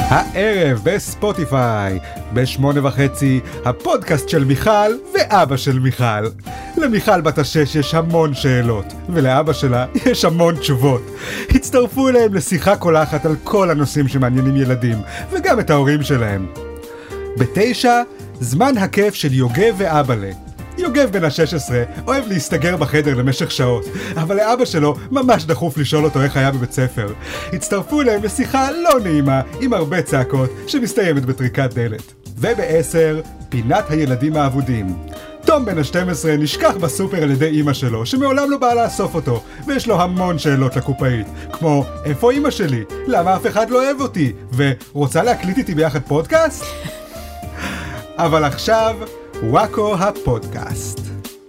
הערב בספוטיפיי, ב8:30, הפודקאסט של מיכל ואבא של מיכל. למיכל בת השש יש המון שאלות, ולאבא שלה יש המון תשובות. הצטרפו אליהם לשיחה קולחת על כל הנושאים שמעניינים ילדים, וגם את ההורים שלהם. ב9, זמן הכיף של יוגב ואבאלה. יוגב בן ה-16 אוהב להסתגר בחדר למשך שעות, אבל לאבא שלו ממש דחוף לשאול אותו איך היה בבית ספר. הצטרפו אליהם לשיחה לא נעימה עם הרבה צעקות שמסתיימת בטריקת דלת. וב10, פינת הילדים האבודים. תום בן ה-12 נשכח בסופר על ידי אמא שלו, שמעולם לא באה לאסוף אותו, ויש לו המון שאלות לקופאית, כמו איפה אמא שלי? למה אף אחד לא אוהב אותי? ורוצה להקליט איתי ביחד פודקאסט? אבל עכשיו וואקו הפודקאסט.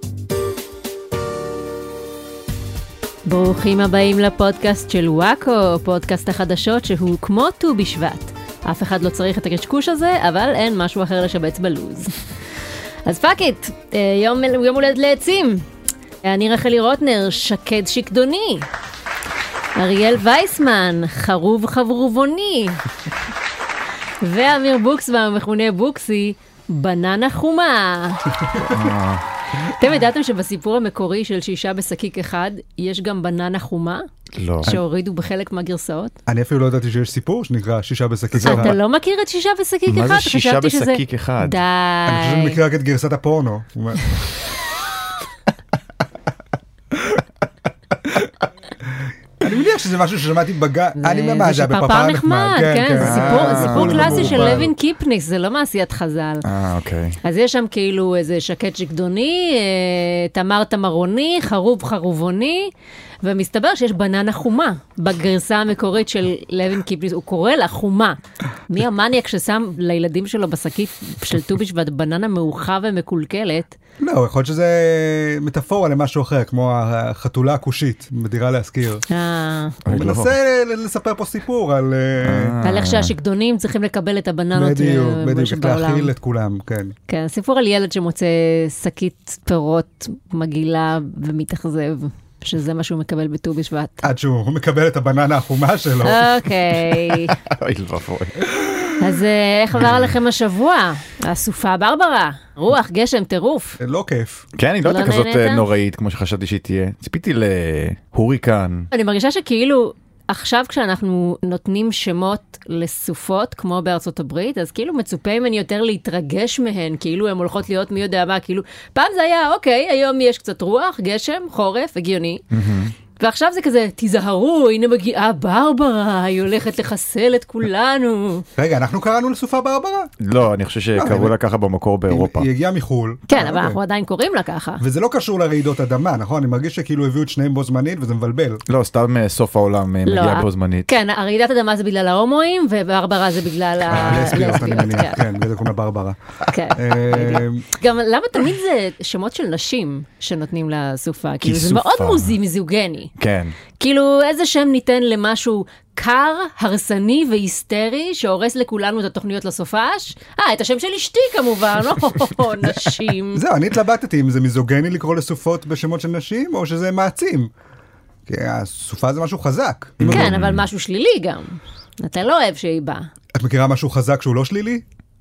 ברוכים הבאים לפודקאסט של וואקו, פודקאסט החדשות שהוא כמו ט"ו בשבט. אף אחד לא צריך את הקשקוש הזה, אבל אין משהו אחר לשבץ בלוז. אז פאק איט, יום הולדת לעצים. אני רחלי רוטנר, שקד שקדוני. אריאל וייסמן, חרוב חברובוני. ואמיר בוקסמן, מכונה בוקסי, בננה חומה. אתם ידעתם שבסיפור המקורי של 6 בשקיק אחד, יש גם בננה חומה? לא. שהורידו בחלק מהגרסאות? אני אפילו לא ידעתי שיש סיפור שנקרא 6 בשקיק אחד. אתה לא מכיר את 6 בשקיק אחד? מה זה 6 בשקיק אחד? די. אני חושב שאני מכיר רק את גרסת הפורנו. אני מניח שזה משהו ששמעתי בגן, אני ממש, זה פרפר נחמד, כן, זה סיפור קלאסי של לוין קיפניס, זה לא מעשיית חז"ל. אוקיי. אז יש שם כאילו איזה שקד שקדוני, תמר תמרוני, חרוב חרובוני, ומסתבר שיש בננה חומה, בגרסה המקורית של לוין קיפניס, הוא קורא לה חומה. מי המניאק ששם לילדים שלו בשקית של ט"ו בשבט בננה מאוחה ומקולקלת? לא, יכול להיות שזה מטאפורה למשהו אחר, כמו החתולה הכושית, בדירה להזכיר. הוא מנסה לספר פה סיפור על איך שהשקדונים צריכים לקבל את הבננות שבעולם. בדיוק, להכיל את כולם, כן. כן, סיפור על ילד שמוצא שקית פירות מגעילה ומתאכזב. שזה מה שהוא מקבל בט"ו בשבט. עד שהוא מקבל את הבננה החומה שלו. אוקיי. אוי לבוי. אז איך עבר עליכם השבוע? הסופה ברברה, רוח, גשם, טירוף. לא כיף. כן, היא לא הייתה כזאת נוראית כמו שחשבתי שהיא תהיה. ציפיתי להוריקן. אני מרגישה שכאילו עכשיו כשאנחנו נותנים שמות לסופות כמו בארצות הברית, אז כאילו מצופה ממני יותר להתרגש מהן, כאילו הן הולכות להיות מי יודע מה, כאילו פעם זה היה אוקיי, היום יש קצת רוח, גשם, חורף, הגיוני. ועכשיו זה כזה, תיזהרו, הנה מגיעה ברברה, היא הולכת לחסל את כולנו. רגע, אנחנו קראנו לסופה ברברה? לא, אני חושב שקראו לה ככה במקור באירופה. היא הגיעה מחול. כן, אבל אנחנו עדיין קוראים לה ככה. וזה לא קשור לרעידות אדמה, נכון? אני מרגיש שכאילו הביאו את שניהם בו זמנית, וזה מבלבל. לא, סתם סוף העולם מגיע בו זמנית. כן, הרעידת אדמה זה בגלל ההומואים, וברברה זה בגלל הלסביות, אני מניח. כן, וזה קוראים לה ברברה. כן. גם למה תמיד זה שמות של נשים שנותנים לסופה? כאילו זה מאוד מיזוגני. כן. כאילו איזה שם ניתן למשהו קר, הרסני והיסטרי שהורס לכולנו את התוכניות לסופש? את השם של אשתי כמובן, נשים. זהו, אני התלבטתי אם זה מיזוגני לקרוא לסופות בשמות של נשים או שזה מעצים. כי הסופה זה משהו חזק. כן, אבל משהו שלילי גם. אתה לא אוהב שהיא באה. את מכירה משהו חזק שהוא לא שלילי?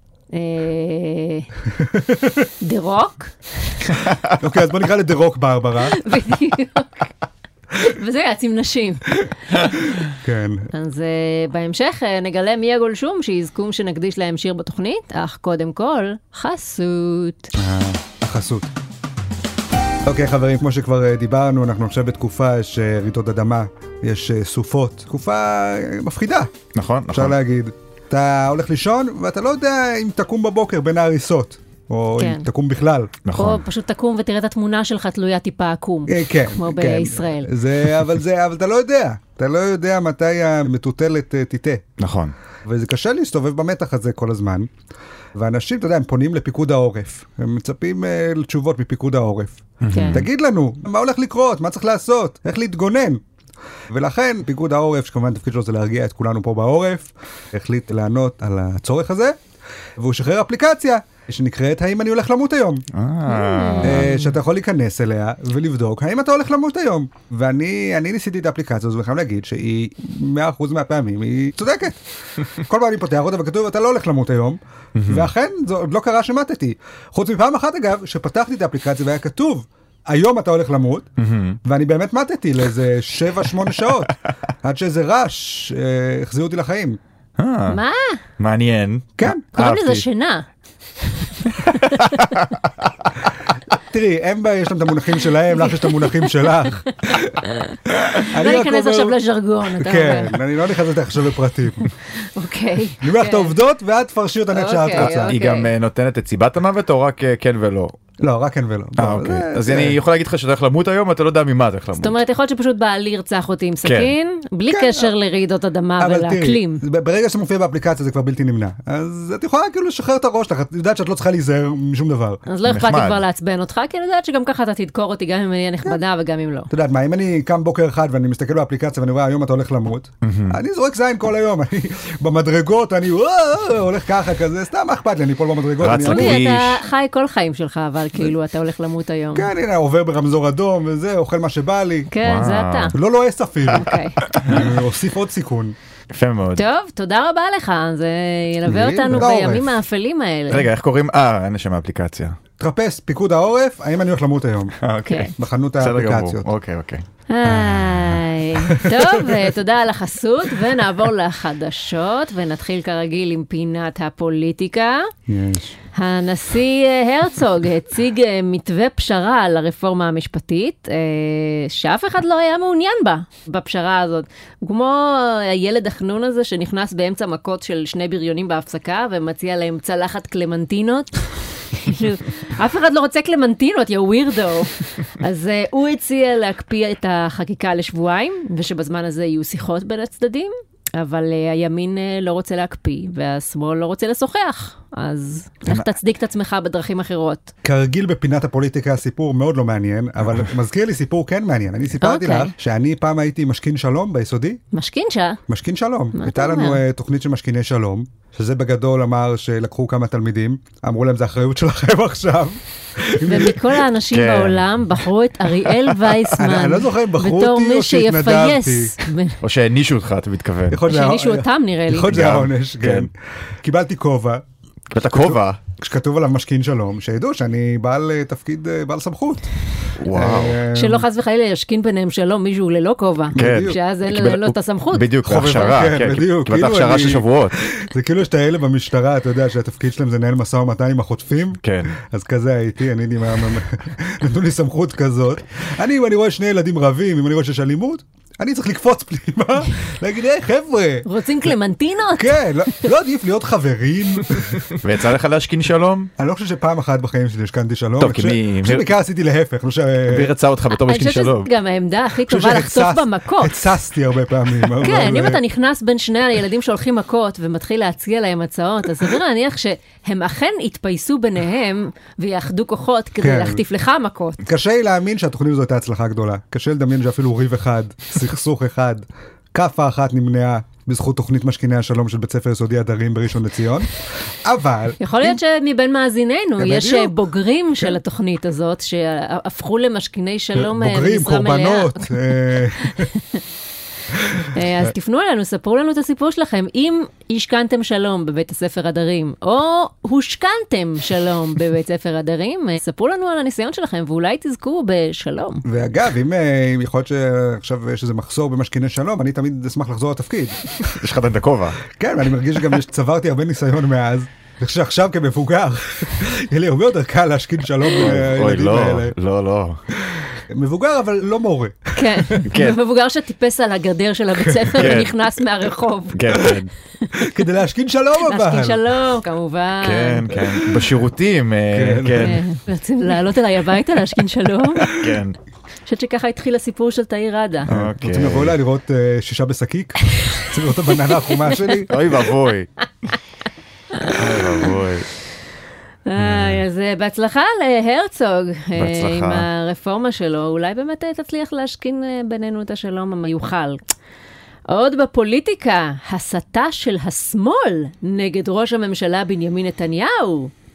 דרוק? אוקיי, אז בוא נקרא לדרוק ברברה. בדיוק. וזה יעצים נשים. כן. אז בהמשך נגלה מי הגולשום שיזכום שנקדיש להם שיר בתוכנית, אך קודם כל, חסות. החסות. אוקיי חברים, כמו שכבר דיברנו, אנחנו עכשיו בתקופה, יש רעידות אדמה, יש סופות, תקופה מפחידה. נכון, נכון. אפשר להגיד. אתה הולך לישון ואתה לא יודע אם תקום בבוקר בין ההריסות. או אם תקום בכלל. נכון. או פשוט תקום ותראה את התמונה שלך תלויה טיפה עקום. כן. כמו בישראל. אבל אתה לא יודע. אתה לא יודע מתי המטוטלת תיתה. נכון. וזה קשה להסתובב במתח הזה כל הזמן. ואנשים, אתה יודע, הם פונים לפיקוד העורף. הם מצפים לתשובות מפיקוד העורף. תגיד לנו, מה הולך לקרות? מה צריך לעשות? איך להתגונן? ולכן פיקוד העורף, שכמובן תפקיד שלו זה להרגיע את כולנו פה בעורף, החליט לענות על הצורך הזה, והוא שחרר אפליקציה שנקראת האם אני הולך למות היום. שאתה יכול להיכנס אליה ולבדוק האם אתה הולך למות היום. ואני ניסיתי את האפליקציה הזו, וחייב להגיד שהיא 100% מהפעמים היא צודקת. כל פעם אני פותח אותה וכתוב אתה לא הולך למות היום, ואכן זה עוד לא קרה שמתתי. חוץ מפעם אחת אגב, שפתחתי את האפליקציה והיה כתוב היום אתה הולך למות, ואני באמת מתתי לאיזה 7-8 שעות, עד שאיזה רעש החזיר אותי לחיים. מה? מעניין. כן. קוראים לזה שינה. תראי, יש להם את המונחים שלהם, לך יש את המונחים שלך. לא ניכנס עכשיו לז'רגון, אתה אומר. כן, אני לא נכנס עכשיו לפרטים. אוקיי. אני אומר לך את העובדות, ואת תפרשי אותן איך שאת רוצה. היא גם נותנת את סיבת המוות או רק כן ולא? לא, רק כן ולא. אוקיי. אז אני יכול להגיד לך שאתה הולך למות היום, אתה לא יודע ממה אתה הולך למות. זאת אומרת, יכול להיות שפשוט בעלי ירצח אותי עם סכין, בלי קשר לרעידות אדמה ולאקלים. ברגע שזה מופיע באפליקציה זה כבר בלתי נמנע. אז את יכולה כאילו לשחרר את הראש שלך, את יודעת שאת לא צריכה להיזהר משום דבר. אז לא אכפת לי כבר לעצבן אותך, כי אני יודעת שגם ככה אתה תדקור אותי, גם אם אני אהיה נכבדה וגם אם לא. אתה יודעת מה, אם אני קם בוקר אחד ואני מסתכל באפליקציה ואני רואה היום אתה הולך למות, אני זורק זין כל היום, אני במדרגות, אני הולך ככה כזה, סתם אכפת לי, אני פה במדרגות. אתה חי כל חיים שלך, אבל כאילו אתה הולך למות היום. כן, הנה, עובר ברמזור אדום וזה, אוכל מה שבא לי. כן, זה אתה. לא לועס אפילו. אוקיי. הוסיף עוד סיכון. יפה מאוד. טוב, תודה רבה לך, זה ילווה אותנו בימים האפלים האלה. רגע, איך קוראים? אין לשם האפליקציה. תחפש פיקוד העורף, האם אני הולך למות היום? אוקיי. בחנות האפליקציות. אוקיי. טוב, תודה על החסות, ונעבור לחדשות, ונתחיל כרגיל עם פינת הפוליטיקה. הנשיא הרצוג הציג מתווה פשרה לרפורמה המשפטית, שאף אחד לא היה מעוניין בה, בפשרה הזאת. כמו הילד החנון הזה שנכנס באמצע מכות של 2 בריונים בהפסקה, ומציע להם צלחת קלמנטינות. אף אחד לא רוצה קלמנטינות, יא ווירדו. אז הוא הציע להקפיא את החקיקה לשבועיים, ושבזמן הזה יהיו שיחות בין הצדדים, אבל הימין לא רוצה להקפיא, והשמאל לא רוצה לשוחח. אז איך תצדיק את עצמך בדרכים אחרות? כרגיל בפינת הפוליטיקה הסיפור מאוד לא מעניין, אבל מזכיר לי סיפור כן מעניין. אני סיפרתי לך שאני פעם הייתי משכין שלום ביסודי. משכינשה? משכין שלום. הייתה לנו תוכנית של משכיני שלום, שזה בגדול אמר שלקחו כמה תלמידים, אמרו להם זה אחריות שלכם עכשיו. ומכל האנשים בעולם בחרו את אריאל וייסמן. אני לא זוכר אם בחרו אותי או שהתנדבתי. או שהענישו אותך, אתה מתכוון. שהענישו אותם נראה לי. יכול להיות זה העונש, כן. קיבלתי כובע. קיבלת כובע? כשכתוב עליו משכין שלום, שידעו שאני בעל תפקיד, בעל סמכות. וואו. שלא חס וחלילה ישכין ביניהם שלום מישהו ללא כובע. שאז אין לו את הסמכות. בדיוק, הכשרה. קיבלת הכשרה של שבועות. זה כאילו שאתה אלה במשטרה, אתה יודע שהתפקיד שלהם זה נהל משא ומתן עם החוטפים. כן. אז כזה הייתי, נתנו לי סמכות כזאת. אם אני רואה 2 ילדים רבים, אם אני רואה שיש אלימות, אני צריך לקפוץ פנימה, להגיד, חבר'ה. רוצים קלמנטינות? כן, לא עדיף להיות חברים. ויצא לך להשכין שלום? אני לא חושב שפעם אחת בחיים שלי השכנתי שלום. טוב, כי מי... בעיקר עשיתי להפך. מי רצה אותך בתור משכין שלום? אני חושבת שזו גם העמדה הכי טובה לחטוף במכות. הצסתי הרבה פעמים. כן, אם אתה נכנס בין 2 הילדים שהולכים מכות ומתחיל להציע להם הצעות, אז סביר להניח שהם אכן יתפייסו ביניהם ויאחדו כוחות כדי להחטיף לך מכות. קשה לי להאמין שהתוכנית הזו הייתה הצלחה גדולה. קשה לדמיין שאפילו ריב אחד, סכסוך אחד, כפה אחת נמנעה בזכות תוכנית משכיני השלום של בית ספר יסודי הדרים בראשון לציון, אבל... יכול להיות שמבין מאזיננו יש בוגרים של התוכנית הזאת שהפכו למשכיני שלום בוגרים, קורבנות. אז תפנו אלינו, ספרו לנו את הסיפור שלכם. אם השכנתם שלום בבית הספר הדרים, או הושכנתם שלום בבית ספר הדרים, ספרו לנו על הניסיון שלכם, ואולי תזכו בשלום. ואגב, אם יכול להיות שעכשיו יש איזה מחסור במשכיני שלום, אני תמיד אשמח לחזור לתפקיד. יש לך את הכובע. כן, ואני מרגיש שגם צברתי הרבה ניסיון מאז. אני חושב שעכשיו כמבוגר, יהיה לי הרבה יותר קל להשכין שלום בילדים האלה. לא. מבוגר אבל לא מורה. כן, מבוגר שטיפס על הגדר של הבית ספר ונכנס מהרחוב. כן. כדי להשכין שלום אבל. להשכין שלום, כמובן. כן. בשירותים. כן. רוצים לעלות אליי הביתה, להשכין שלום. כן. אני חושבת שככה התחיל הסיפור של תאיר ראדה. רוצים לבוא אליי לראות 6 בשקיק? רוצים לראות את הבננה החומה שלי? אוי ואבוי. אז בהצלחה להרצוג עם הרפורמה שלו, אולי באמת תצליח להשכין בינינו את השלום המיוחל. עוד בפוליטיקה, הסתה של השמאל נגד ראש הממשלה בנימין נתניהו.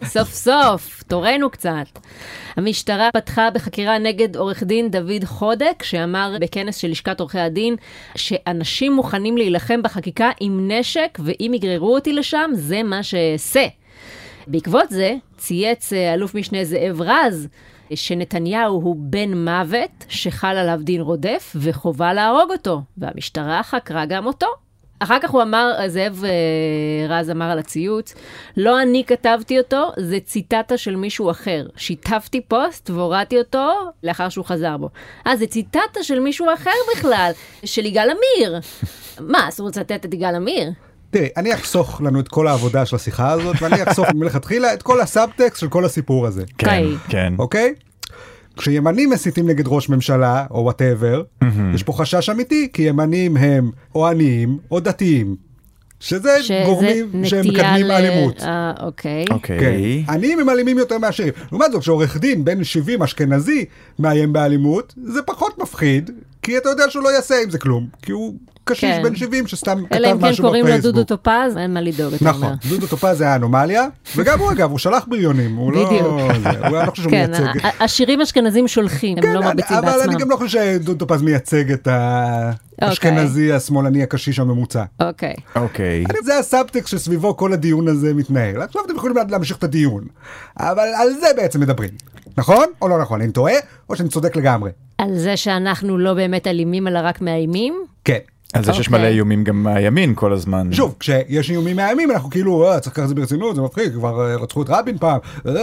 סוף סוף, תורנו קצת. המשטרה פתחה בחקירה נגד עורך דין דוד חודק, שאמר בכנס של לשכת עורכי הדין, שאנשים מוכנים להילחם בחקיקה עם נשק, ואם יגררו אותי לשם, זה מה שעשה. בעקבות זה, צייץ אלוף משנה זאב רז, שנתניהו הוא בן מוות, שחל עליו דין רודף, וחובה להרוג אותו, והמשטרה חקרה גם אותו. אחר כך הוא אמר, זאב רז אמר על הציוץ, לא אני כתבתי אותו, זה ציטטה של מישהו אחר. שיתפתי פוסט והורדתי אותו לאחר שהוא חזר בו. זה ציטטה של מישהו אחר בכלל, של יגאל עמיר. מה, אסור לצטט את יגאל עמיר? תראי, אני אחסוך לנו את כל העבודה של השיחה הזאת, ואני אחסוך מלכתחילה את כל הסאבטקסט של כל הסיפור הזה. כן, כן. אוקיי? כשימנים מסיתים נגד ראש ממשלה, או whatever, יש פה חשש אמיתי, כי ימנים הם או עניים או דתיים. שזה גורמים שהם מקדמים אלימות. אוקיי. אוקיי. עניים הם אלימים יותר מהעשירים. לעומת זאת, כשעורך דין בן 70 אשכנזי מאיים באלימות, זה פחות מפחיד, כי אתה יודע שהוא לא יעשה עם זה כלום. כי הוא קשיש בן 70 שסתם כתב משהו בפייסבוק. אלא אם כן קוראים לו דודו טופז, אין מה לדאוג. נכון, דודו טופז זה האנומליה, וגם הוא אגב, הוא שלח בריונים. בדיוק. הוא לא חושב שהוא מייצג. השירים אשכנזים שולחים, הם לא מרביצים בעצמם. אבל אני גם לא חושב שדודו טופז מייצג את האשכנזי השמאלני הקשיש הממוצע. אוקיי. זה הסאבטקסט שסביבו כל הדיון הזה מתנהל. עכשיו אתם יכולים להמשיך את הדיון. אבל על זה בעצם מדברים. נכון או לא נכון? אני טועה או שאני צודק לגמרי? על זה שאנחנו לא באמת אלימים אלא רק מאיימים? כן. על זה שיש מלא איומים גם מהימין כל הזמן. שוב, כשיש איומים מהימין, אנחנו כאילו, צריך לקחת את זה ברצינות, זה מפחיד, כבר רצחו את רבין פעם,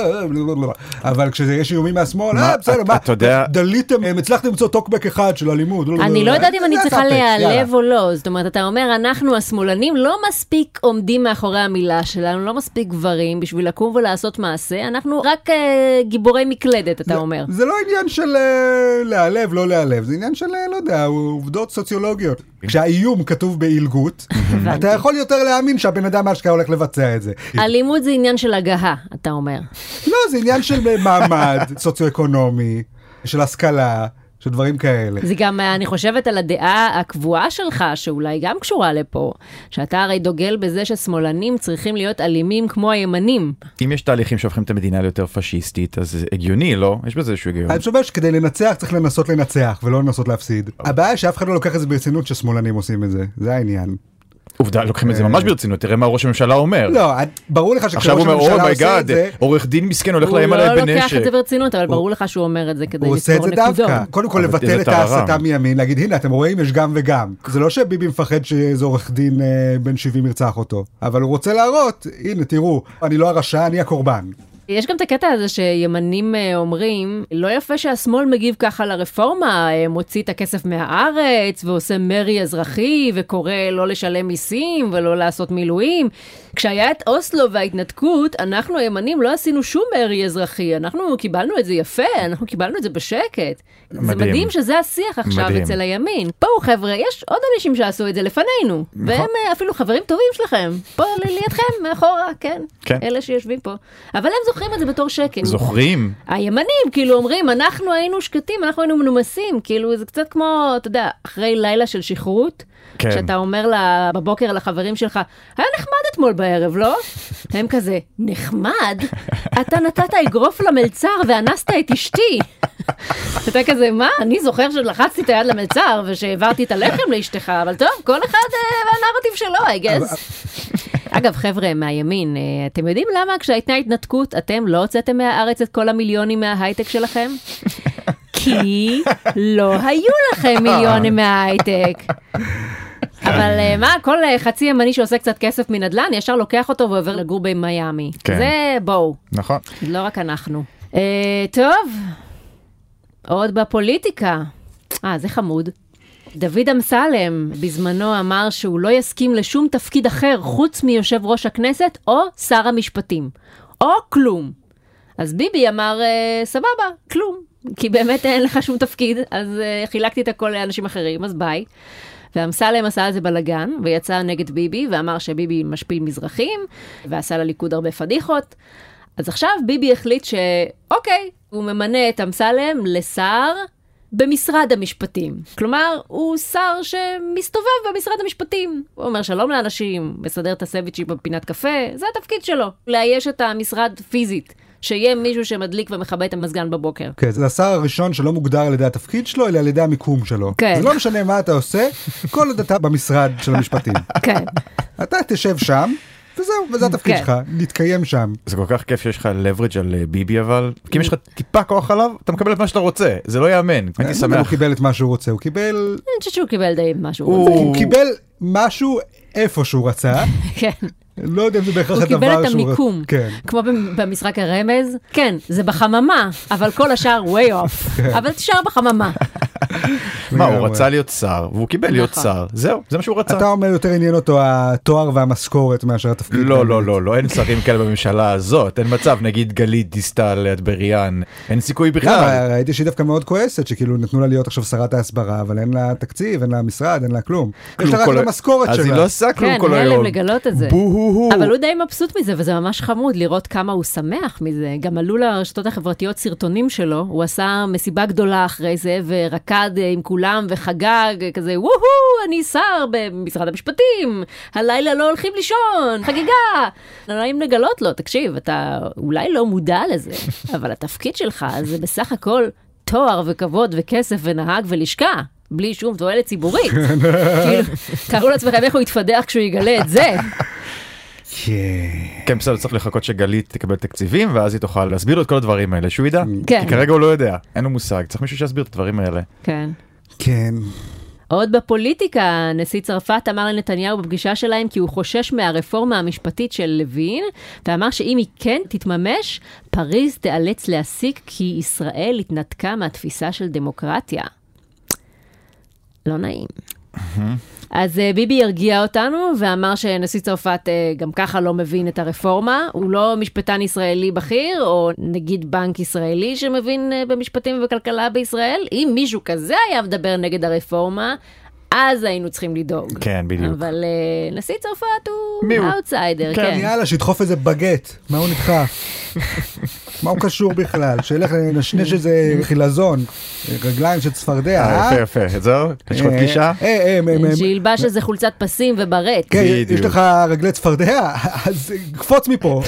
אבל כשיש איומים מהשמאל, בסדר, מה, דליתם, הצלחתם למצוא טוקבק אחד של אלימות. אני לא יודעת אם אני צריכה להיעלב או לא, זאת אומרת, אתה אומר, אנחנו השמאלנים לא מספיק עומדים מאחורי המילה שלנו, לא מספיק גברים בשביל לקום ולעשות מעשה, אנחנו רק גיבורי מקלדת, אתה אומר. זה לא עניין של להיעלב, לא להיעלב, זה עניין של, לא יודע, עובדות סוציולוגיות. כשהאיום כתוב באילגות, אתה יכול יותר להאמין שהבן אדם אשכרה הולך לבצע את זה. אלימות זה עניין של הגהה, אתה אומר. לא, זה עניין של מעמד סוציו-אקונומי, של השכלה, של דברים כאלה. זה גם, אני חושבת על הדעה הקבועה שלך, שאולי גם קשורה לפה, שאתה הרי דוגל בזה ששמאלנים צריכים להיות אלימים כמו הימנים. אם יש תהליכים שהופכים את המדינה ליותר פשיסטית, אז זה הגיוני, לא? יש בזה איזשהו הגיון. אני חושב שכדי לנצח צריך לנסות לנצח, ולא לנסות להפסיד. הבעיה שאף אחד לא לוקח את זה ברצינות ששמאלנים עושים את זה. זה העניין. עובדה, לוקחים את זה ממש ברצינות, תראה מה ראש הממשלה אומר. לא, ברור לך שכשראש הממשלה עושה את זה... עורך דין מסכן הולך להם עליי בנשק. הוא לא לוקח את זה ברצינות, אבל ברור לך שהוא אומר את זה כדי לספור נקודות. הוא עושה את זה דווקא. קודם כל לבטל את ההסתה מימין, להגיד, הנה, אתם רואים, יש גם וגם. זה לא שביבי מפחד שזה עורך דין בן 70 ירצח אותו, אבל הוא רוצה להראות, הנה, תראו, אני לא הרשע, אני הקורבן. יש גם את הקטע הזה שימנים אומרים, לא יפה שהשמאל מגיב ככה לרפורמה, מוציא את הכסף מהארץ ועושה מרי אזרחי וקורא לא לשלם מיסים ולא לעשות מילואים. כשהיה את אוסלו וההתנתקות, אנחנו הימנים לא עשינו שום מרי אזרחי, אנחנו קיבלנו את זה יפה, אנחנו קיבלנו את זה בשקט. מדהים. זה מדהים שזה השיח עכשיו מדהים. אצל הימין. פה חבר'ה, יש עוד אנשים שעשו את זה לפנינו, והם אפילו חברים טובים שלכם, פה לידכם, מאחורה, כן, אלה שיושבים פה. אבל הם זוכרים את זה בתור שקט. זוכרים? הימנים כאילו אומרים, אנחנו היינו שקטים, אנחנו היינו מנומסים, כאילו זה קצת כמו, אתה יודע, אחרי לילה של שחרות, כן. שאתה אומר בבוקר לחברים שלך, היה נחמד אתמול בערב, לא? הם כזה, נחמד? אתה נתת אגרוף למלצר ואנסת את אשתי. אתה כזה, מה? אני זוכר שלחצתי את היד למלצר ושהעברתי את הלחם לאשתך, אבל טוב, כל אחד והנרטיב שלו, I guess. אגב, חבר'ה, מהימין, אתם יודעים למה כשהייתה התנתקות, אתם לא הוצאתם מהארץ את כל המיליונים מההייטק שלכם? כי לא היו לכם מיליונים מההייטק. אבל מה, כל חצי ימני שעושה קצת כסף מנדל"ן, ישר לוקח אותו ועובר לגור במיימי. זה בואו. נכון. לא רק אנחנו. טוב, עוד בפוליטיקה. זה חמוד. דוד אמסלם בזמנו אמר שהוא לא יסכים לשום תפקיד אחר חוץ מיושב ראש הכנסת או שר המשפטים. או כלום. אז ביבי אמר, סבבה, כלום. כי באמת אין לך שום תפקיד, אז חילקתי את הכל לאנשים אחרים, אז ביי. ואמסלם עשה על זה בלגן, ויצא נגד ביבי, ואמר שביבי משפיל מזרחים, ועשה לליכוד הרבה פדיחות. אז עכשיו ביבי החליט שאוקיי, הוא ממנה את אמסלם לשר במשרד המשפטים. כלומר, הוא שר שמסתובב במשרד המשפטים. הוא אומר שלום לאנשים, מסדר את הסנדוויצ'ים בפינת קפה, זה התפקיד שלו. לאייש את המשרד פיזית. שיהיה מישהו שמדליק ומכבה את המזגן בבוקר. כן, זה השר הראשון שלא מוגדר על ידי התפקיד שלו, אלא על ידי המיקום שלו. כן. זה לא משנה מה אתה עושה, כל עוד אתה במשרד של המשפטים. כן. אתה תשב שם, וזהו, וזה התפקיד שלך, להתקיים שם. זה כל כך כיף שיש לך leverage על ביבי, אבל כי אם יש לך טיפה כוח עליו, אתה מקבל את מה שאתה רוצה. זה לא יאמן. הייתי שמח. הוא קיבל את מה שהוא רוצה, הוא קיבל... אני חושבת שהוא קיבל די מה שהוא רוצה. הוא קיבל משהו איפה שהוא רצה. כן. לא יודע אם זה בהכרח הדבר שהוא... הוא קיבל את המיקום. כן. כמו במשחק הרמז. כן, זה בחממה, אבל כל השאר way off. אבל תשאר בחממה. מה, הוא רצה להיות שר, והוא קיבל להיות שר. זהו, זה מה שהוא רצה. אתה אומר יותר עניין אותו התואר והמשכורת מאשר התפקיד. לא, אין שרים כאלה בממשלה הזאת. אין מצב, נגיד גלית דיסטל אטבריאן. אין סיכוי בכלל. ראיתי שהיא דווקא מאוד כועסת, שכאילו נתנו לה להיות עכשיו שרת ההסברה, אבל אין לה תקציב, אין לה משרד, אין לה כלום. יש לה רק המשכורת שלה. אז היא לא עושה כלום כל היום. כן, הלם לגלות את זה. אבל הוא די מבסוט מזה, וזה ממש חמוד לראות כמה הוא שמח מזה. גם עלו לרשתות החברתיות סרטונים שלו, הוא עשה מסיבה גדולה אחרי זה, ורקד עם כולם וחגג, כזה, וואו, אני שר במשרד המשפטים, הלילה לא הולכים לישון, חגיגה. לא נעים לגלות לו, תקשיב, אתה אולי לא מודע לזה, אבל התפקיד שלך זה בסך הכל תואר וכבוד וכסף ונהג ולשכה. בלי שום תועלת ציבורית. כאילו, תארו לעצמכם איך הוא יתפדח כשהוא יגלה את זה. כן, בסדר, צריך לחכות שגלית תקבל תקציבים, ואז היא תוכל להסביר לו את כל הדברים האלה, שהוא ידע. כן. כי כרגע הוא לא יודע, אין לו מושג, צריך מישהו שיסביר את הדברים האלה. כן. כן. עוד בפוליטיקה, נשיא צרפת אמר לנתניהו בפגישה שלהם כי הוא חושש מהרפורמה המשפטית של לוין, ואמר שאם היא כן תתממש, פריז תיאלץ להסיק כי ישראל התנתקה מהתפיסה של דמוקרטיה. לא נעים. אז ביבי הרגיע אותנו ואמר שנשיא צרפת גם ככה לא מבין את הרפורמה, הוא לא משפטן ישראלי בכיר או נגיד בנק ישראלי שמבין במשפטים ובכלכלה בישראל. אם מישהו כזה היה מדבר נגד הרפורמה, אז היינו צריכים לדאוג. כן, בדיוק. אבל נשיא צרפת הוא אאוטסיידר. כן, יאללה, שידחוף איזה בגט. מה הוא נדחף? מה הוא קשור בכלל? שילך לנשנש איזה חילזון, רגליים של צפרדע. יפה, זהו? יש לך פגישה? שילבש איזה חולצת פסים וברט. כן, יש לך רגלי צפרדע, אז קפוץ מפה.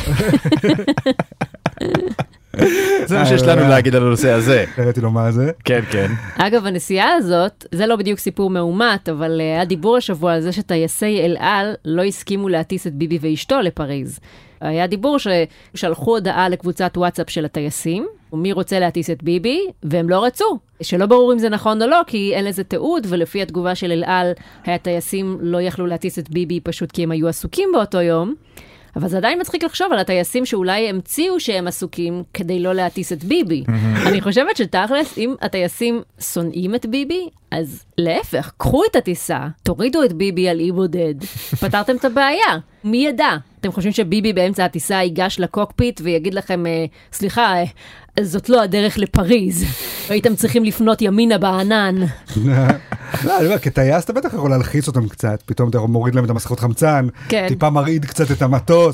זה מה שיש לנו להגיד על הנושא הזה. הראיתי לו מה זה. כן, כן. אגב, הנסיעה הזאת, זה לא בדיוק סיפור מאומת, אבל היה דיבור השבוע על זה שטייסי אל על לא הסכימו להטיס את ביבי ואשתו לפריז. היה דיבור ששלחו הודעה לקבוצת וואטסאפ של הטייסים, ומי רוצה להטיס את ביבי, והם לא רצו. שלא ברור אם זה נכון או לא, כי אין לזה תיעוד, ולפי התגובה של אל על, הטייסים לא יכלו להטיס את ביבי פשוט כי הם היו עסוקים באותו יום. אבל זה עדיין מצחיק לחשוב על הטייסים שאולי המציאו שהם עסוקים כדי לא להטיס את ביבי. אני חושבת שתכלס, אם הטייסים שונאים את ביבי, אז להפך, קחו את הטיסה, תורידו את ביבי על אי בודד, פתרתם את הבעיה. מי ידע? אתם חושבים שביבי באמצע הטיסה ייגש לקוקפיט ויגיד לכם, סליחה, זאת לא הדרך לפריז. הייתם צריכים לפנות ימינה בענן. לא, אני אומר, כטייס אתה בטח יכול להלחיץ אותם קצת, פתאום אתה מוריד להם את המסכות חמצן, טיפה מרעיד קצת את המטוס,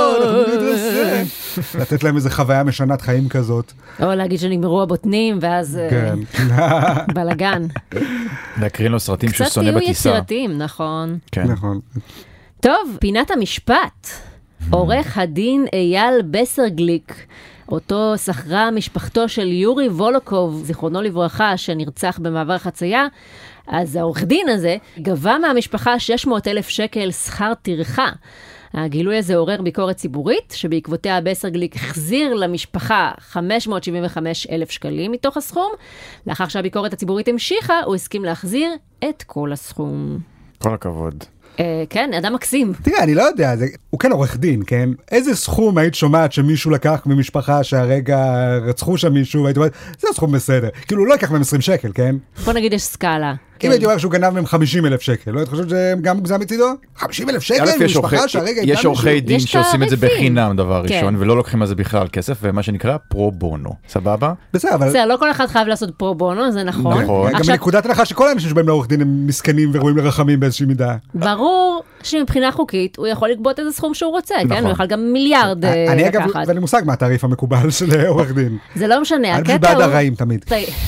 לתת להם איזה חוויה משנת חיים כזאת. או להגיד שנגמרו הבוטנים, ואז בלגן. להקרין לו סרטים שהוא שונא בטיסה. קצת תהיו יצירתיים, נכון. נכון. טוב, פינת המשפט. עורך הדין אייל בסרגליק, אותו שכרה משפחתו של יורי וולוקוב, זיכרונו לברכה, שנרצח במעבר חצייה, אז העורך דין הזה גבה מהמשפחה 600,000 שקל שכר טרחה. הגילוי הזה עורר ביקורת ציבורית, שבעקבותיה בסרגליק החזיר למשפחה 575,000 שקלים מתוך הסכום. לאחר שהביקורת הציבורית המשיכה, הוא הסכים להחזיר את כל הסכום. כל הכבוד. כן, אדם מקסים. תראה, אני לא יודע, הוא כן עורך דין, כן? איזה סכום היית שומעת שמישהו לקח ממשפחה שהרגע רצחו שם מישהו, והיית אומרת, זה סכום בסדר. כאילו, הוא לא יקח מהם 20 שקל, כן? בוא נגיד יש סקאלה. אם הייתי אומר שהוא גנב מהם 50,000 שקל, לא היית חושבת שזה גם מוגזם מצידו? 50,000 שקל ממשפחה שהרגע יש עורכי דין שעושים את זה בחינם דבר ראשון, ולא לוקחים על זה בכלל כסף, ומה שנקרא פרו בונו. סבבה? בסדר, אבל... בסדר, לא כל אחד חייב לעשות פרו בונו, זה נכון. גם בנקודת הנחה שכל האנשים שבאים לעורך דין הם מסכנים ורואים לרחמים באיזושהי מידה. ברור שמבחינה חוקית הוא יכול לגבות איזה סכום שהוא רוצה, נכון. כן? הוא יכול גם מיליארד אני אגב, לקחת. ואני מושג מה התעריף המקובל של עורך דין. זה לא משנה, אני בעד הרעים תמיד.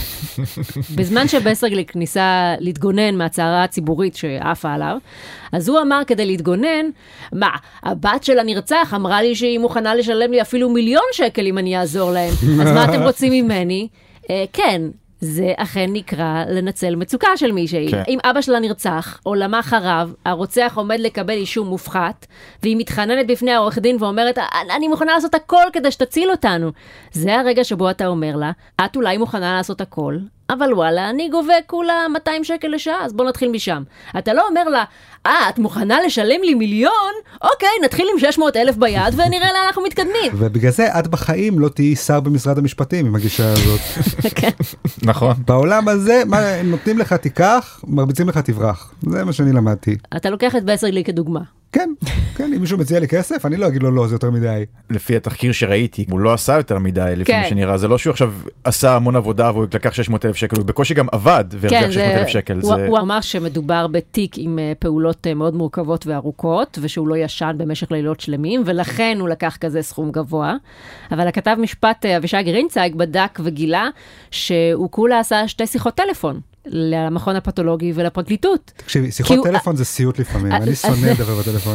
בזמן שבסרגליק ניסה להתגונן מהצערה הציבורית שעפה עליו, אז הוא אמר כדי להתגונן, מה, הבת של הנרצח אמרה לי שהיא מוכנה לשלם לי אפילו 1,000,000 שקל אם אני אעזור להם. אז מה אתם רוצים ממני? כן. זה אכן נקרא לנצל מצוקה של מישהי. כן. אם אבא שלה נרצח, עולמה חרב, הרוצח עומד לקבל אישום מופחת, והיא מתחננת בפני העורך דין ואומרת, אני מוכנה לעשות הכל כדי שתציל אותנו. זה הרגע שבו אתה אומר לה, את אולי מוכנה לעשות הכל, אבל וואלה, אני גובה כולה 200 שקל לשעה, אז בוא נתחיל משם. אתה לא אומר לה, את מוכנה לשלם לי 1,000,000? אוקיי, נתחיל עם 600,000 ביד ונראה לאן אנחנו מתקדמים. ובגלל זה את בחיים לא תהיי שר במשרד המשפטים עם הגישה הזאת. כן. נכון. בעולם הזה, מה נותנים לך תיקח, מרביצים לך תברח. זה מה שאני למדתי. אתה לוקח את בסרגליק כדוגמה. כן, כן, אם מישהו מציע לי כסף, אני לא אגיד לו לא, זה יותר מדי. לפי התחקיר שראיתי, הוא לא עשה יותר מדי, לפי כן. מה שנראה. זה לא שהוא עכשיו עשה המון עבודה והוא לקח 600,000 שקל, הוא בקושי גם עבד והרוויח 600,000 שקל. הוא אמר שמדובר בתיק עם פעולות מאוד מורכבות וארוכות, ושהוא לא ישן במשך לילות שלמים, ולכן הוא לקח כזה סכום גבוה. אבל הכתב משפט אבישי גרינצייג בדק וגילה שהוא כולה עשה 2 שיחות טלפון. למכון הפתולוגי ולפרקליטות. תקשיבי, שיחות טלפון זה סיוט לפעמים, אני שונא לדבר בטלפון.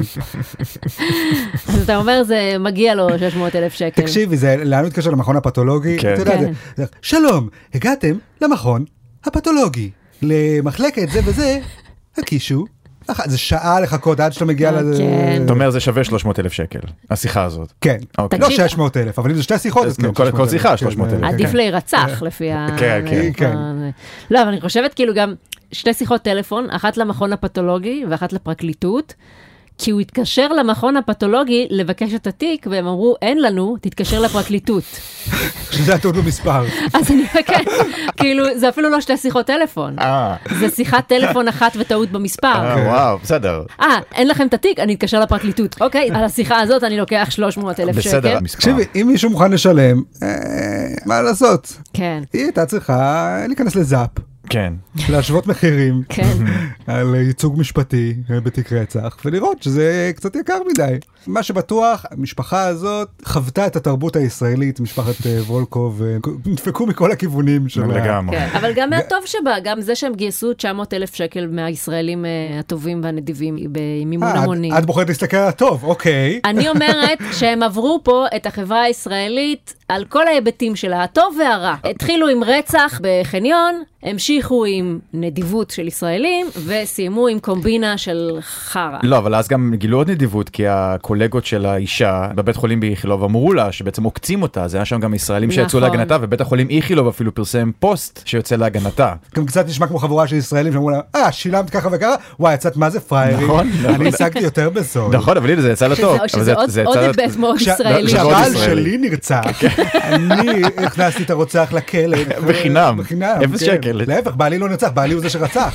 אז אתה אומר, זה מגיע לו 600,000 שקל. תקשיבי, זה לאן מתקשר למכון הפתולוגי? אתה יודע, זה, שלום, הגעתם למכון הפתולוגי, למחלקת זה וזה, הקישו, זה שעה לחכות עד שאתה מגיע לזה. אתה אומר, זה שווה 300,000 שקל, השיחה הזאת. כן, לא 600,000, אבל אם זה 2 שיחות, אז כן. כל שיחה 300,000. עדיף להירצח לפי ה... כן. לא, אבל אני חושבת כאילו גם 2 שיחות טלפון, אחת למכון הפתולוגי ואחת לפרקליטות, כי הוא התקשר למכון הפתולוגי לבקש את התיק, והם אמרו, אין לנו, תתקשר לפרקליטות. שזה היה טעות במספר. אז אני מכן, כאילו, זה אפילו לא 2 שיחות טלפון. זה שיחת טלפון אחת וטעות במספר. וואו, בסדר. אין לכם את התיק, אני אתקשר לפרקליטות. אוקיי, על השיחה הזאת אני לוקח 300,000 שקל. בסדר, תקשיבי, אם מישהו מוכן לשלם, מה לעשות? כן. היא הייתה צריכה להיכנס לזאפ. כן. להשוות מחירים כן. על ייצוג משפטי בתיק רצח, ולראות שזה קצת יקר מדי. מה שבטוח, המשפחה הזאת חוותה את התרבות הישראלית, משפחת וולקוב, נדפקו מכל הכיוונים שלה. לגמרי. כן, אבל גם מהטוב שבה, גם זה שהם גייסו 900,000 שקל מהישראלים הטובים והנדיבים במימון המוני. את בוחרת להסתכל על הטוב, אוקיי. אני אומרת שהם עברו פה את החברה הישראלית על כל ההיבטים שלה, הטוב והרע. התחילו עם רצח בחניון, המשיכו עם נדיבות של ישראלים, וסיימו עם קומבינה של חרה. לא, אבל אז גם גילו עוד נדיבות, כי הקולגות של האישה בבית חולים באיכילוב אמרו לה שבעצם עוקצים אותה, זה היה שם גם ישראלים שיצאו להגנתה, ובית החולים איכילוב אפילו פרסם פוסט שיוצא להגנתה. גם קצת נשמע כמו חבורה של ישראלים שאמרו לה, שילמת ככה וככה, וואי, יצאת מה זה פריירים? אני השגתי יותר בסוד. נכון, אבל זה יצא לטוב. שזה עוד היבט מאוד ישראלי. כשהבעל שלי נרצח, אני הכנסתי את הרוצח לכלא. בחינם. 0 שקל. להפך, בעלי לא נרצח, בעלי הוא זה שרצח.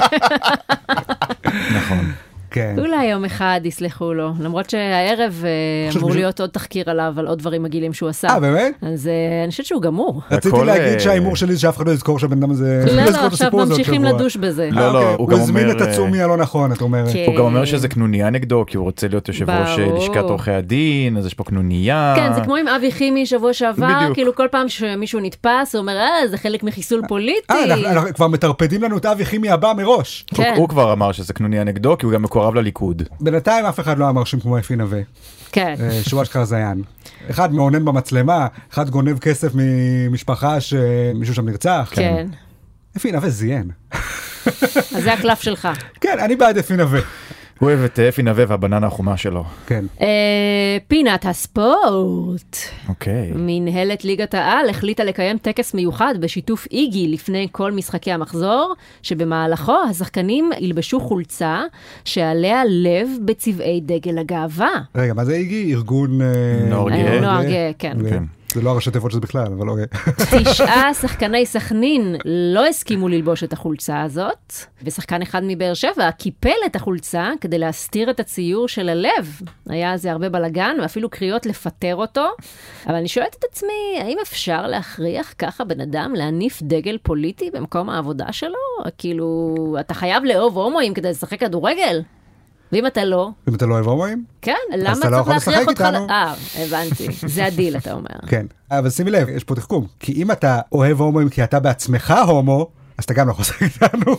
נכון. אולי יום אחד יסלחו לו, למרות שהערב אמור להיות עוד תחקיר עליו, על עוד דברים מגעילים שהוא עשה. באמת? אז אני חושבת שהוא גמור. רציתי להגיד שהאימור שלי שאף אחד לא יזכור שהבן אדם הזה... לא, עכשיו ממשיכים לדוש בזה. הוא הזמין את הצומי הלא נכון, את אומרת. הוא גם אומר שזה קנוניה נגדו, כי הוא רוצה להיות יושב ראש לשכת עורכי הדין, אז יש פה קנוניה. כן, זה כמו עם אבי חימי שבוע שעבר, כאילו כל פעם שמישהו נתפס, הוא אומר, זה חלק מחיסול פוליטי. אנחנו כבר מטרפדים לנו את אבי חימי הבא מראש. הוא כבר אמר שזה קנוניה נגדו, כי הוא גם מקורב לליכוד. בינתיים אף אחד לא אמר שם כמו אפי נווה. כן. שהוא אשכרה זיין. אחד מעונן במצלמה, אחד גונב כסף ממשפחה שמישהו שם נרצח. כן. אפי נווה זיין. אז זה הקלף שלך. כן, אני בעד אפי נווה. הוא אוהב את אפי נווה והבננה החומה שלו. כן. פינת הספורט. אוקיי. מנהלת ליגת העל החליטה לקיים טקס מיוחד בשיתוף איגי לפני כל משחקי המחזור, שבמהלכו השחקנים ילבשו חולצה שעליה לב בצבעי דגל הגאווה. רגע, מה זה איגי? ארגון... נוער גאה, כן. זה לא הראשי תיבות שזה בכלל, אבל אוקיי. 9 שחקני סכנין לא הסכימו ללבוש את החולצה הזאת, ושחקן אחד מבאר שבע קיפל את החולצה כדי להסתיר את הציור של הלב. היה על זה הרבה בלגן, ואפילו קריאות לפטר אותו. אבל אני שואלת את עצמי, האם אפשר להכריח ככה בן אדם להניף דגל פוליטי במקום העבודה שלו? כאילו, אתה חייב לאהוב הומואים כדי לשחק כדורגל? ואם אתה לא? אם אתה לא אוהב הומואים? כן, למה אתה לא צריך יכול להכריח לשחק אותך? איתנו. הבנתי. זה הדיל, אתה אומר. כן, אבל שימי לב, יש פה תחכום. כי אם אתה אוהב הומואים כי אתה בעצמך הומו, אז אתה גם לא יכול לשחק איתנו.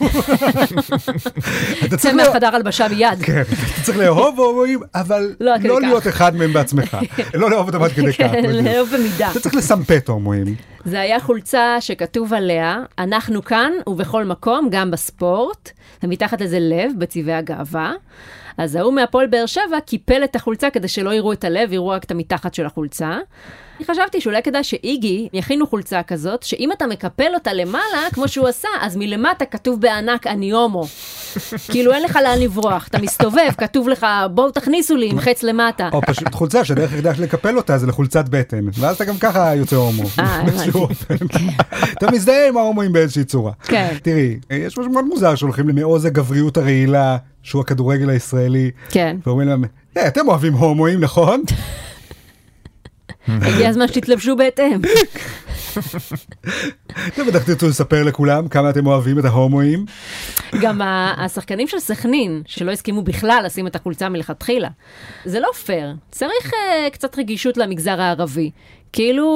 צא מהחדר הלבשה מיד. כן, אתה צריך לאהוב הומואים, אבל לא להיות אחד מהם בעצמך. לא לאהוב אותם עד כדי כך. כן, לאהוב במידה. אתה צריך לסמפת הומואים. זה היה חולצה שכתוב עליה, אנחנו כאן ובכל מקום, גם בספורט, ומתחת לזה לב בצבעי הגאווה. אז ההוא מהפועל באר שבע קיפל את החולצה כדי שלא יראו את הלב, יראו רק את המתחת של החולצה. אני חשבתי שאולי כדאי שאיגי יכינו חולצה כזאת, שאם אתה מקפל אותה למעלה, כמו שהוא עשה, אז מלמטה כתוב בענק אני הומו. כאילו אין לך לאן לברוח, אתה מסתובב, כתוב לך בואו תכניסו לי עם חץ למטה. או פשוט חולצה שדרך כדי לקפל אותה זה לחולצת בטן, ואז אתה גם ככה יוצא הומו. אתה מזדהה עם ההומואים באיזושהי צורה. תראי, יש משהו מאוד מוזר שהולכים למעוז הגבריות הרעילה, שהוא הכדורגל הישראלי. כן. ואומרים להם, אתם אוהבים הומואים, נכון? הגיע הזמן שתתלבשו בהתאם. אתם בטח תרצו לספר לכולם כמה אתם אוהבים את ההומואים. גם השחקנים של סכנין, שלא הסכימו בכלל לשים את החולצה מלכתחילה. זה לא פייר. צריך קצת רגישות למגזר הערבי. כאילו,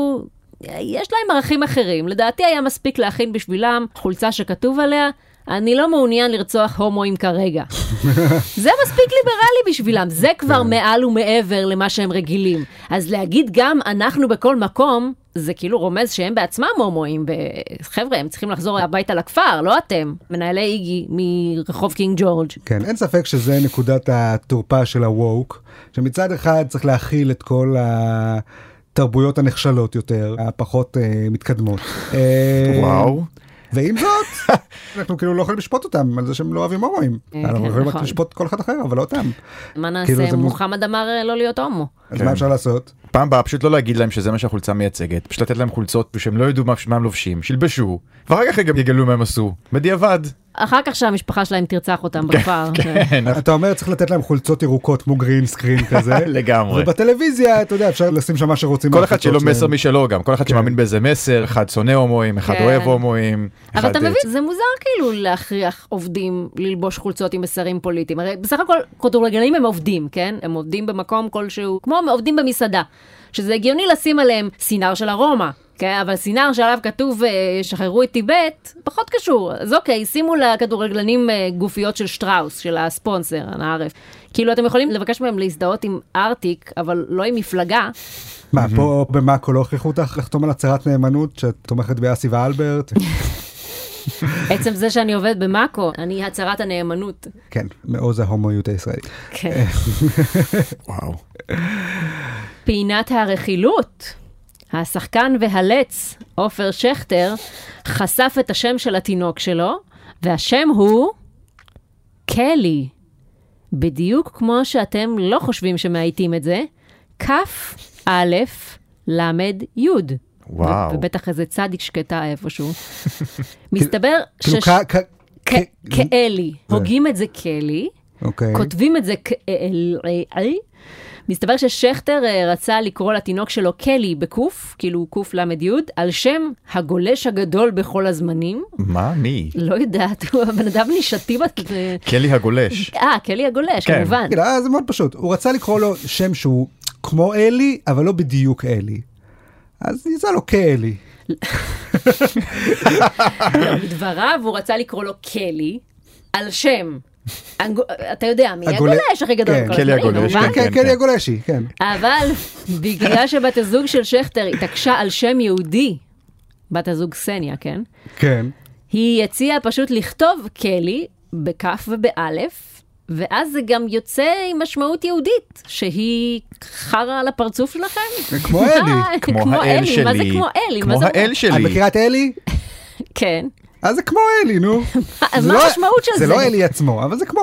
יש להם ערכים אחרים. לדעתי היה מספיק להכין בשבילם חולצה שכתוב עליה, אני לא מעוניין לרצוח הומואים כרגע. זה מספיק ליברלי בשבילם, זה כבר מעל ומעבר למה שהם רגילים. אז להגיד גם אנחנו בכל מקום, זה כאילו רומז שהם בעצמם הומואים. חבר'ה, הם צריכים לחזור הביתה לכפר, לא אתם. מנהלי איגי מרחוב קינג ג'ורג'. כן, אין ספק שזה נקודת התורפה של הווק, שמצד אחד צריך להכיל את כל התרבויות הנחשלות יותר, הפחות מתקדמות. וואו. ועם זאת, אנחנו כאילו לא יכולים לשפוט אותם על זה שהם לא אוהבים הומואים. אנחנו יכולים רק לשפוט כל אחד אחר, אבל לא אותם. מה נעשה? מוחמד אמר לא להיות הומו. אז מה אפשר לעשות? פעם באה פשוט לא להגיד להם שזה מה שהחולצה מייצגת, פשוט לתת להם חולצות שהם לא ידעו מה הם לובשים, שילבשו, ואחר כך גם יגלו מה הם עשו, בדיעבד. אחר כך שהמשפחה שלהם תרצח אותם בכפר. אתה אומר צריך לתת להם חולצות ירוקות כמו גרין סקרין כזה. לגמרי. ובטלוויזיה, אתה יודע, אפשר לשים שם מה שרוצים. כל אחד שלא מסר משלו גם, כל אחד שמאמין באיזה מסר, אחד שונא הומואים, אחד אוהב הומואים. אבל אתה מבין, זה מוזר כאילו להכריח עובדים ללבוש חולצות עם מסרים פוליטיים. הרי בסך הכל כדורגלנים הם עובדים, כן? הם עובדים במקום כלשהו, כמו עובדים במסעדה. שזה הגיוני לשים עליהם סינר של הרומא. כן, אבל סינר שעליו כתוב שחררו את טיבט, פחות קשור. אז אוקיי, שימו לכדורגלנים גופיות של שטראוס, של הספונסר, הנערף. כאילו אתם יכולים לבקש מהם להזדהות עם ארטיק, אבל לא עם מפלגה. מה, פה במאקו לא הכריחו אותך לחתום על הצהרת נאמנות שאת תומכת באסי ואלברט? עצם זה שאני עובד במאקו, אני הצהרת הנאמנות. כן, מעוז ההומואיות הישראלית. כן. וואו. פינת הרכילות. השחקן והלץ, עופר שכטר, חשף את השם של התינוק שלו, והשם הוא קלי. בדיוק כמו שאתם לא חושבים שמעיטים את זה, כף א' למד י'. וואו. ובטח איזה צדיק שקטה איפשהו. מסתבר כאלי. הוגים את זה קלי, כותבים את זה כאלי, מסתבר ששכטר רצה לקרוא לתינוק שלו קלי בקוף, כאילו קוף למד יוד, על שם הגולש הגדול בכל הזמנים. מה? מי? לא יודעת, הוא הבן אדם נישתי. קלי הגולש. קלי הגולש, כמובן. זה מאוד פשוט. הוא רצה לקרוא לו שם שהוא כמו אלי, אבל לא בדיוק אלי. אז יצא לו קלי. בדבריו הוא רצה לקרוא לו קלי, על שם... אתה יודע, מי הגולש הכי גדול? קלי הגולש, כן. קלי הגולשי, כן. אבל בגלל שבת הזוג של שכטר התעקשה על שם יהודי, בת הזוג סניה, כן? כן. היא הציעה פשוט לכתוב קלי בכף ובאלף, ואז זה גם יוצא עם משמעות יהודית, שהיא חרה על הפרצוף שלכם. כמו אלי. כמו האל שלי. מה זה כמו אלי? כמו האל שלי. את מכירה את אלי? כן. אז זה כמו אלי, נו. אז מה המשמעות של זה? זה לא אלי עצמו, אבל זה כמו.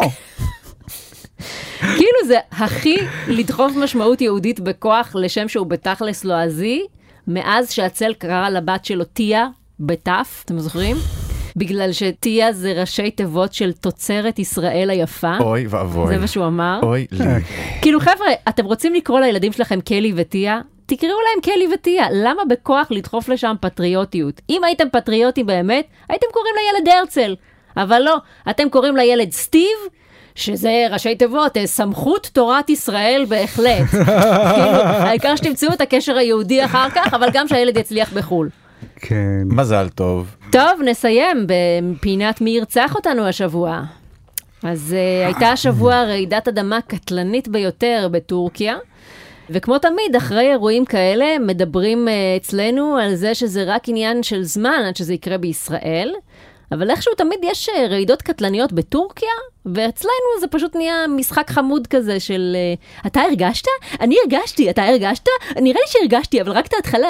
כאילו זה הכי לדחוף משמעות יהודית בכוח לשם שהוא בתכלס לועזי, מאז שהצל קרא לבת שלו תיה בתף, אתם זוכרים? בגלל שתיה זה ראשי תיבות של תוצרת ישראל היפה. אוי ואבוי. זה מה שהוא אמר. אוי לי. כאילו חבר'ה, אתם רוצים לקרוא לילדים שלכם קלי ותיה? תקראו להם קלי ותיה. למה בכוח לדחוף לשם פטריוטיות? אם הייתם פטריוטים באמת, הייתם קוראים לילד הרצל. אבל לא, אתם קוראים לילד סטיב, שזה ראשי תיבות, סמכות תורת ישראל בהחלט. כאילו, העיקר שתמצאו את הקשר היהודי אחר כך, אבל גם שהילד יצליח בחול. כן. מזל טוב. טוב, נסיים בפינת מי ירצח אותנו השבוע. אז הייתה השבוע רעידת אדמה קטלנית ביותר בטורקיה, וכמו תמיד, אחרי אירועים כאלה, מדברים אצלנו על זה שזה רק עניין של זמן עד שזה יקרה בישראל, אבל איכשהו תמיד יש רעידות קטלניות בטורקיה, ואצלנו זה פשוט נהיה משחק חמוד כזה של אתה הרגשת? אני הרגשתי, אתה הרגשת? נראה לי שהרגשתי, אבל רק את ההתחלה.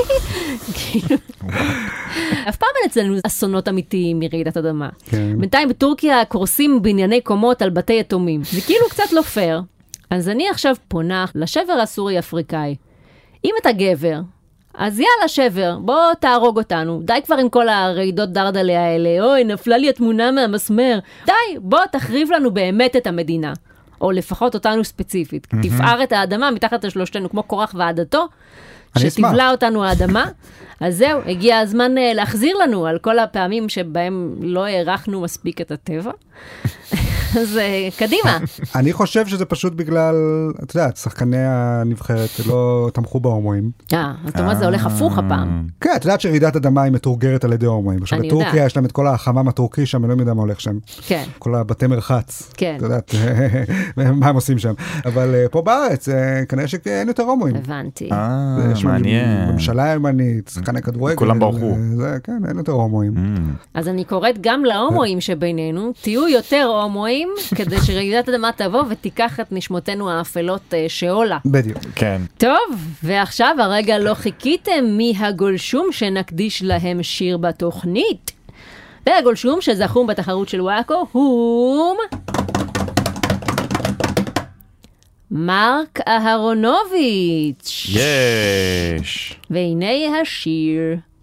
אף פעם אין אצלנו אסונות אמיתיים מרעידת אדמה. בינתיים בטורקיה קורסים בנייני קומות על בתי יתומים. זה כאילו קצת לא פייר. אז אני עכשיו פונה לשבר הסורי-אפריקאי. אם אתה גבר, אז יאללה שבר, בוא תהרוג אותנו. די כבר עם כל הרעידות דרדלה האלה. אוי, נפלה לי התמונה מהמסמר. די, בוא תחריב לנו באמת את המדינה. או לפחות אותנו ספציפית. תפער את האדמה מתחת לשלושתנו, כמו קורח ועדתו, שתבלה אותנו האדמה. אז זהו, הגיע הזמן להחזיר לנו על כל הפעמים שבהם לא הערכנו מספיק את הטבע. אז קדימה. אני חושב שזה פשוט בגלל, את יודעת, שחקני הנבחרת לא תמכו בהומואים. זאת אומרת, זה הולך הפוך הפעם. כן, את יודעת שרעידת אדמה היא מתורגרת על ידי הומואים. עכשיו בטורקיה יש להם את כל החמם הטורקי שם, אני לא יודע מה הולך שם. כן. כל הבתי מרחץ. כן. את יודעת, מה הם עושים שם. אבל פה בארץ, כנראה שאין יותר הומואים. הבנתי. מעניין. ממשלה ימנית, שחקני כדורגל. כולם ברחו. כן, אין יותר הומואים. אז אני קוראת גם להומואים שבינינו, תהיו יותר הומואים, כדי שרעידת אדמה תבוא ותיקח את נשמותינו האפלות שאולה. בדיוק. כן. טוב, ועכשיו הרגע לא חיכיתם מי הגולשום שנקדיש להם שיר בתוכנית. והגולשום שזכו בתחרות של וואקו הוא מרק אהרונוביץ'. יש. והנה השיר.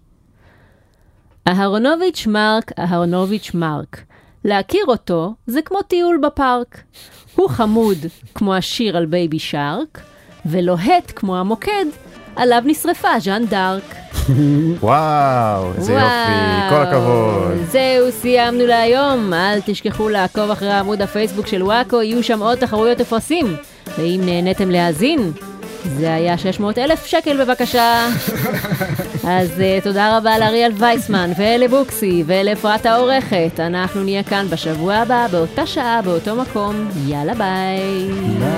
אהרונוביץ' מרק, אהרונוביץ' מרק. להכיר אותו זה כמו טיול בפארק. הוא חמוד כמו השיר על בייבי שרק, ולוהט כמו המוקד, עליו נשרפה ז'אן דארק. וואו, איזה יופי, כל הכבוד. זהו, סיימנו להיום. אל תשכחו לעקוב אחרי עמוד הפייסבוק של וואקו, יהיו שם עוד תחרויות ופרסים. ואם נהניתם להאזין, זה היה 600,000 שקל בבקשה. אז תודה רבה לאריאל וייסמן ולבוקסי ולאפרת העורכת. אנחנו נהיה כאן בשבוע הבא, באותה שעה, באותו מקום. יאללה ביי.